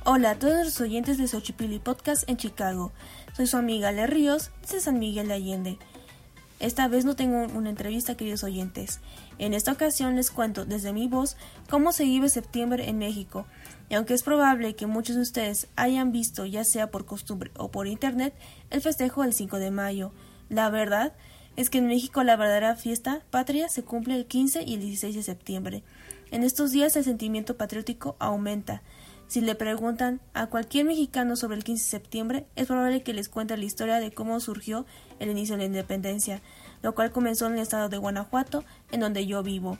Hola a todos los oyentes de Xochipilli Podcast en Chicago. Soy su amiga Ale Ríos, desde San Miguel de Allende. Esta vez no tengo una entrevista, queridos oyentes. En esta ocasión les cuento desde mi voz cómo se vive septiembre en México. Y aunque es probable que muchos de ustedes hayan visto, ya sea por costumbre o por internet, el festejo del 5 de mayo, la verdad es que en México la verdadera fiesta patria se cumple el 15 y el 16 de septiembre. En estos días el sentimiento patriótico aumenta. Si le preguntan a cualquier mexicano sobre el 15 de septiembre, es probable que les cuente la historia de cómo surgió el inicio de la independencia, lo cual comenzó en el estado de Guanajuato, en donde yo vivo.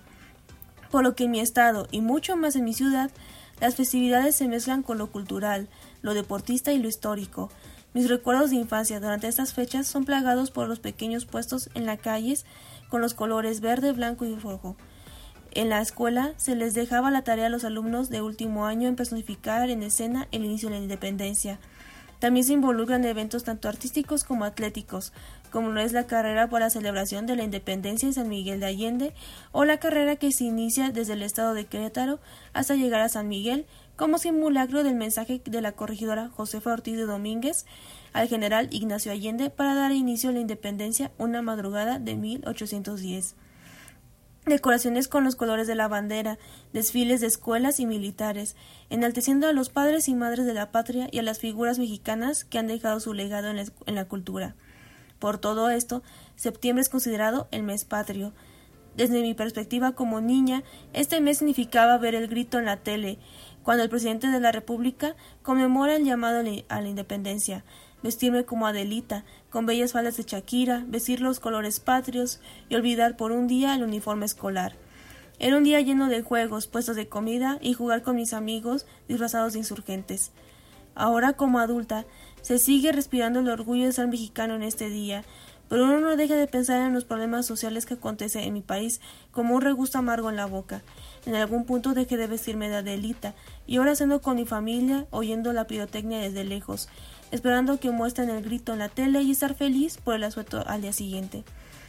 Por lo que en mi estado, y mucho más en mi ciudad, las festividades se mezclan con lo cultural, lo deportista y lo histórico. Mis recuerdos de infancia durante estas fechas son plagados por los pequeños puestos en las calles con los colores verde, blanco y rojo. En la escuela se les dejaba la tarea a los alumnos de último año en personificar en escena el inicio de la independencia. También se involucran eventos tanto artísticos como atléticos, como lo es la carrera por la celebración de la independencia en San Miguel de Allende o la carrera que se inicia desde el estado de Querétaro hasta llegar a San Miguel como simulacro del mensaje de la corregidora Josefa Ortiz de Domínguez al general Ignacio Allende para dar inicio a la independencia una madrugada de 1810. Decoraciones con los colores de la bandera, desfiles de escuelas y militares, enalteciendo a los padres y madres de la patria y a las figuras mexicanas que han dejado su legado en la cultura. Por todo esto, septiembre es considerado el mes patrio. Desde mi perspectiva como niña, este mes significaba ver el grito en la tele, cuando el presidente de la República conmemora el llamado a la independencia, vestirme como Adelita, con bellas faldas de Shakira, vestir los colores patrios y olvidar por un día el uniforme escolar. Era un día lleno de juegos, puestos de comida y jugar con mis amigos disfrazados de insurgentes. Ahora, como adulta, se sigue respirando el orgullo de ser mexicano en este día, pero uno no deja de pensar en los problemas sociales que acontecen en mi país como un regusto amargo en la boca. En algún punto dejé de vestirme de Adelita y ahora ceno con mi familia oyendo la pirotecnia desde lejos, esperando que muestren el grito en la tele y estar feliz por el asueto al día siguiente.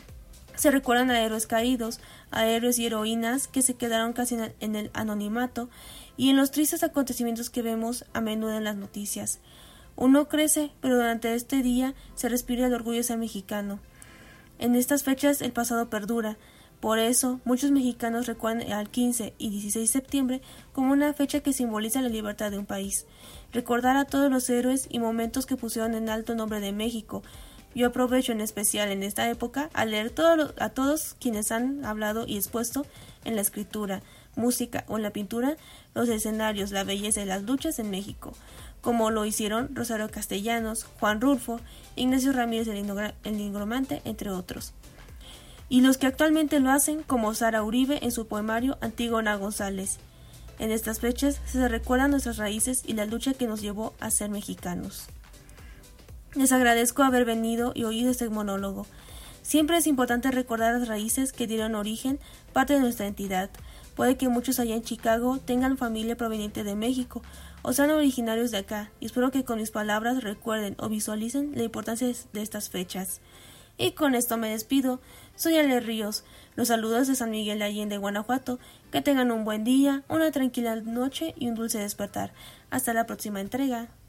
Se recuerdan a héroes caídos, a héroes y heroínas que se quedaron casi en el anonimato y en los tristes acontecimientos que vemos a menudo en las noticias. Uno crece, pero durante este día se respira el orgullo de ser mexicano. En estas fechas el pasado perdura. Por eso, muchos mexicanos recuerdan al 15 y 16 de septiembre como una fecha que simboliza la libertad de un país. Recordar a todos los héroes y momentos que pusieron en alto el nombre de México. Yo aprovecho en especial en esta época a leer a todos quienes han hablado y expuesto en la escritura, música o en la pintura los escenarios, la belleza y las luchas en México, como lo hicieron Rosario Castellanos, Juan Rulfo, Ignacio Ramírez el Nigromante, entre otros. Y los que actualmente lo hacen, como Sara Uribe en su poemario Antígona González. En estas fechas se recuerdan nuestras raíces y la lucha que nos llevó a ser mexicanos. Les agradezco haber venido y oído este monólogo. Siempre es importante recordar las raíces que dieron origen, parte de nuestra entidad. Puede que muchos allá en Chicago tengan familia proveniente de México o sean originarios de acá, y espero que con mis palabras recuerden o visualicen la importancia de estas fechas. Y con esto me despido. Soy Ale Ríos. Los saludos de San Miguel de Allende, Guanajuato. Que tengan un buen día, una tranquila noche y un dulce despertar. Hasta la próxima entrega.